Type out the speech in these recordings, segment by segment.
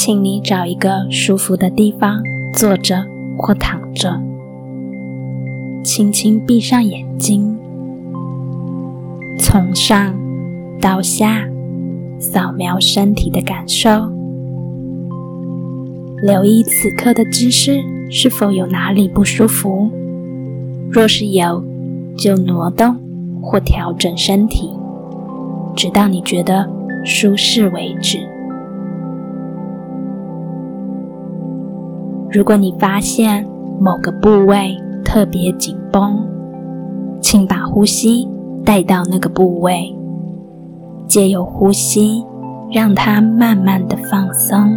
请你找一个舒服的地方坐着或躺着，轻轻闭上眼睛，从上到下扫描身体的感受，留意此刻的姿势是否有哪里不舒服，若是有，就挪动或调整身体，直到你觉得舒适为止。如果你发现某个部位特别紧绷，请把呼吸带到那个部位，借由呼吸让它慢慢的放松。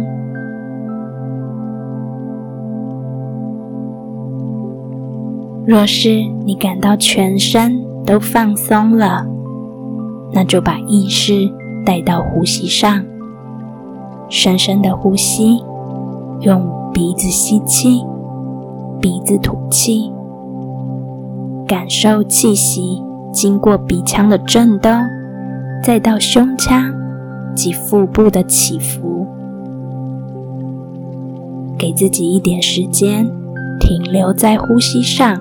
若是你感到全身都放松了，那就把意识带到呼吸上，深深的呼吸，用鼻子吸气，鼻子吐气，感受气息经过鼻腔的震动，再到胸腔及腹部的起伏。给自己一点时间，停留在呼吸上。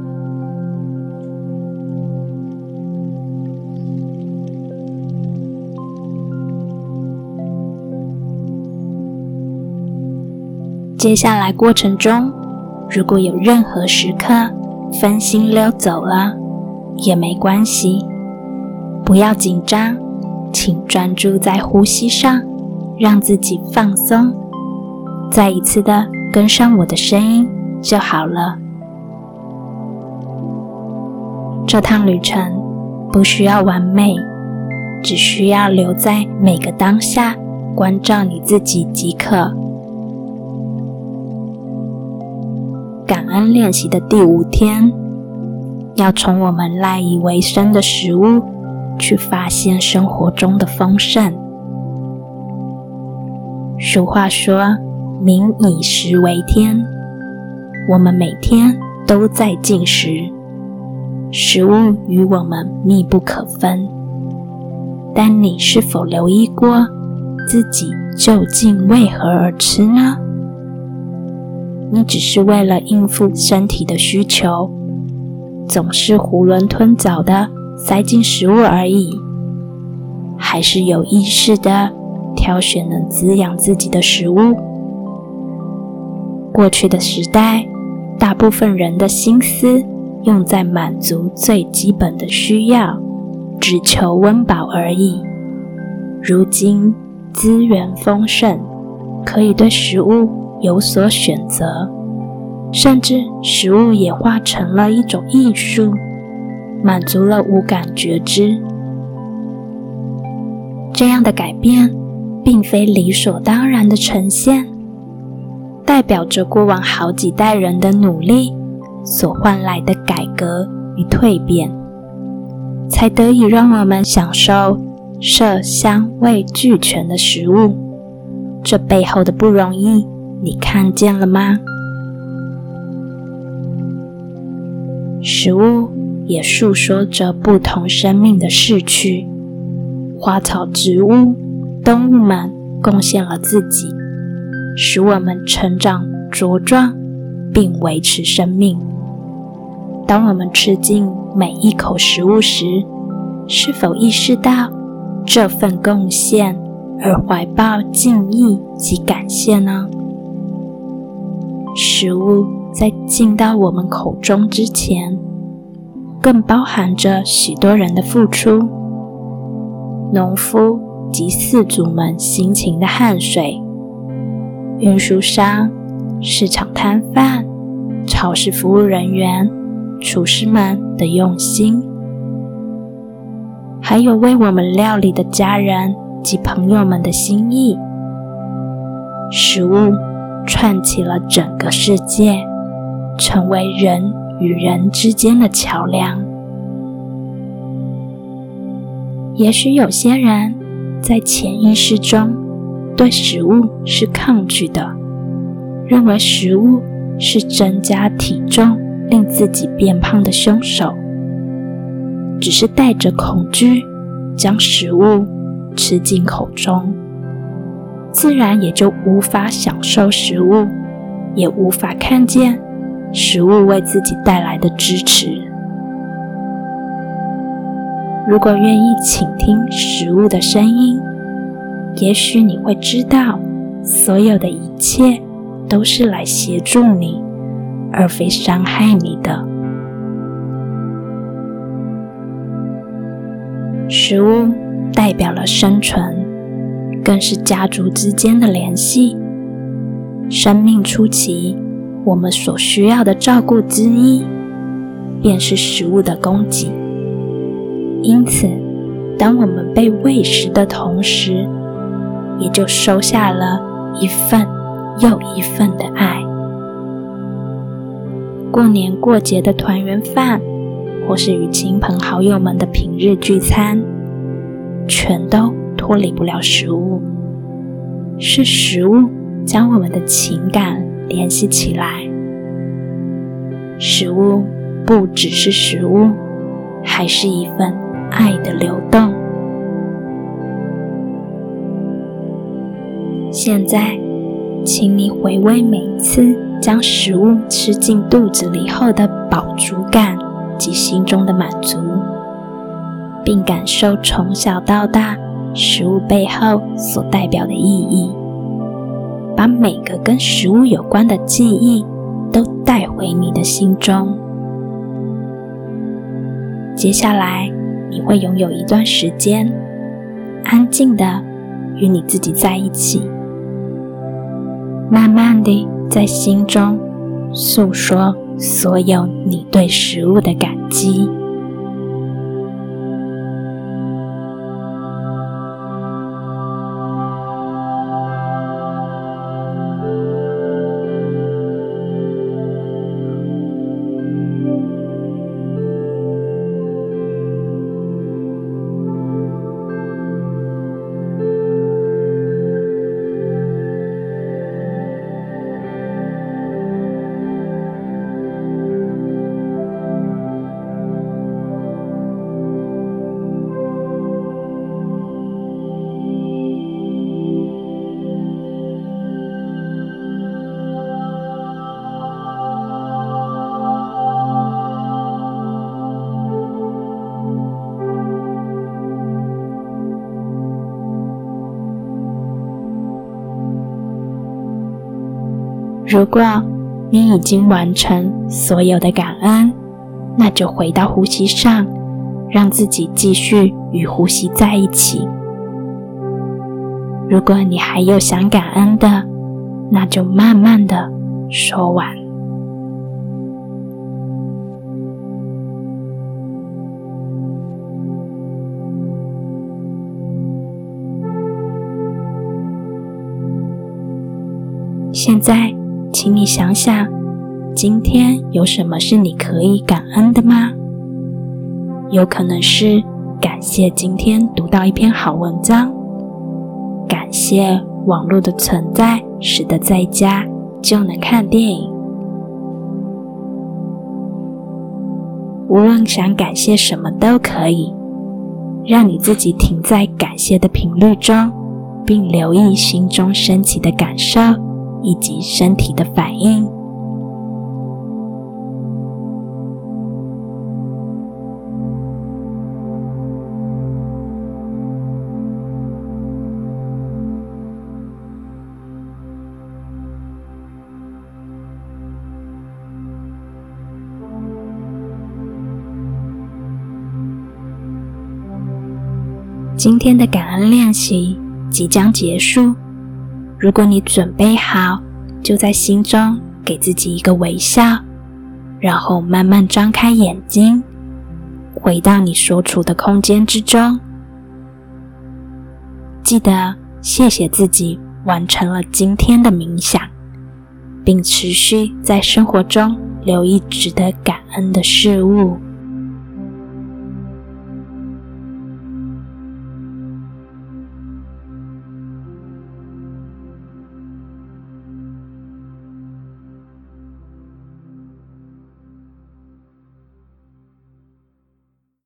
接下来过程中，如果有任何时刻分心溜走了，也没关系，不要紧张，请专注在呼吸上，让自己放松，再一次的跟上我的声音就好了。这趟旅程不需要完美，只需要留在每个当下，关照你自己即可。感恩练习的第5天，要从我们赖以为生的食物去发现生活中的丰盛。俗话说，民以食为天，我们每天都在进食，食物与我们密不可分。但你是否留意过自己究竟为何而吃呢？你只是为了应付身体的需求，总是囫囵吞枣的塞进食物而已，还是有意识的挑选能滋养自己的食物？过去的时代，大部分人的心思用在满足最基本的需要，只求温饱而已。如今资源丰盛，可以对食物有所选择，甚至食物演化成了一种艺术，满足了五感觉知。这样的改变并非理所当然的呈现，代表着过往好几代人的努力所换来的改革与蜕变，才得以让我们享受色香味俱全的食物。这背后的不容易，你看见了吗？食物也诉说着不同生命的逝去，花草植物、动物们贡献了自己，使我们成长茁壮并维持生命。当我们吃进每一口食物时，是否意识到这份贡献而怀抱敬意及感谢呢？食物在进到我们口中之前，更包含着许多人的付出，农夫及饲主们辛勤的汗水，运输商、市场摊贩、超市服务人员、厨师们的用心，还有为我们料理的家人及朋友们的心意。食物串起了整个世界，成为人与人之间的桥梁。也许有些人在潜意识中对食物是抗拒的，认为食物是增加体重令自己变胖的凶手，只是带着恐惧将食物吃进口中， 自然也就无法享受食物，也无法看见食物为自己带来的支持。如果愿意倾听食物的声音，也许你会知道，所有的一切都是来协助你，而非伤害你的。食物代表了生存，更是家族之间的联系。生命初期，我们所需要的照顾之一，便是食物的供给。因此，当我们被喂食的同时，也就收下了一份又一份的爱。过年过节的团圆饭，或是与亲朋好友们的平日聚餐，全都脱离不了食物。是食物将我们的情感联系起来。食物不只是食物，还是一份爱的流动。现在，请你回味每一次将食物吃进肚子里后的饱足感及心中的满足，并感受从小到大食物背后所代表的意义，把每个跟食物有关的记忆都带回你的心中。接下来，你会拥有一段时间，安静的与你自己在一起，慢慢地在心中诉说所有你对食物的感激。如果你已经完成所有的感恩，那就回到呼吸上，让自己继续与呼吸在一起。如果你还有想感恩的，那就慢慢的说完。现在请你想想，今天有什么是你可以感恩的吗？有可能是感谢今天读到一篇好文章，感谢网络的存在使得在家就能看电影。无论想感谢什么都可以，让你自己停在感谢的频率中，并留意心中升起的感受以及身体的反应。今天的感恩练习即将结束，如果你准备好，就在心中给自己一个微笑，然后慢慢张开眼睛，回到你所处的空间之中。记得谢谢自己完成了今天的冥想，并持续在生活中留意值得感恩的事物。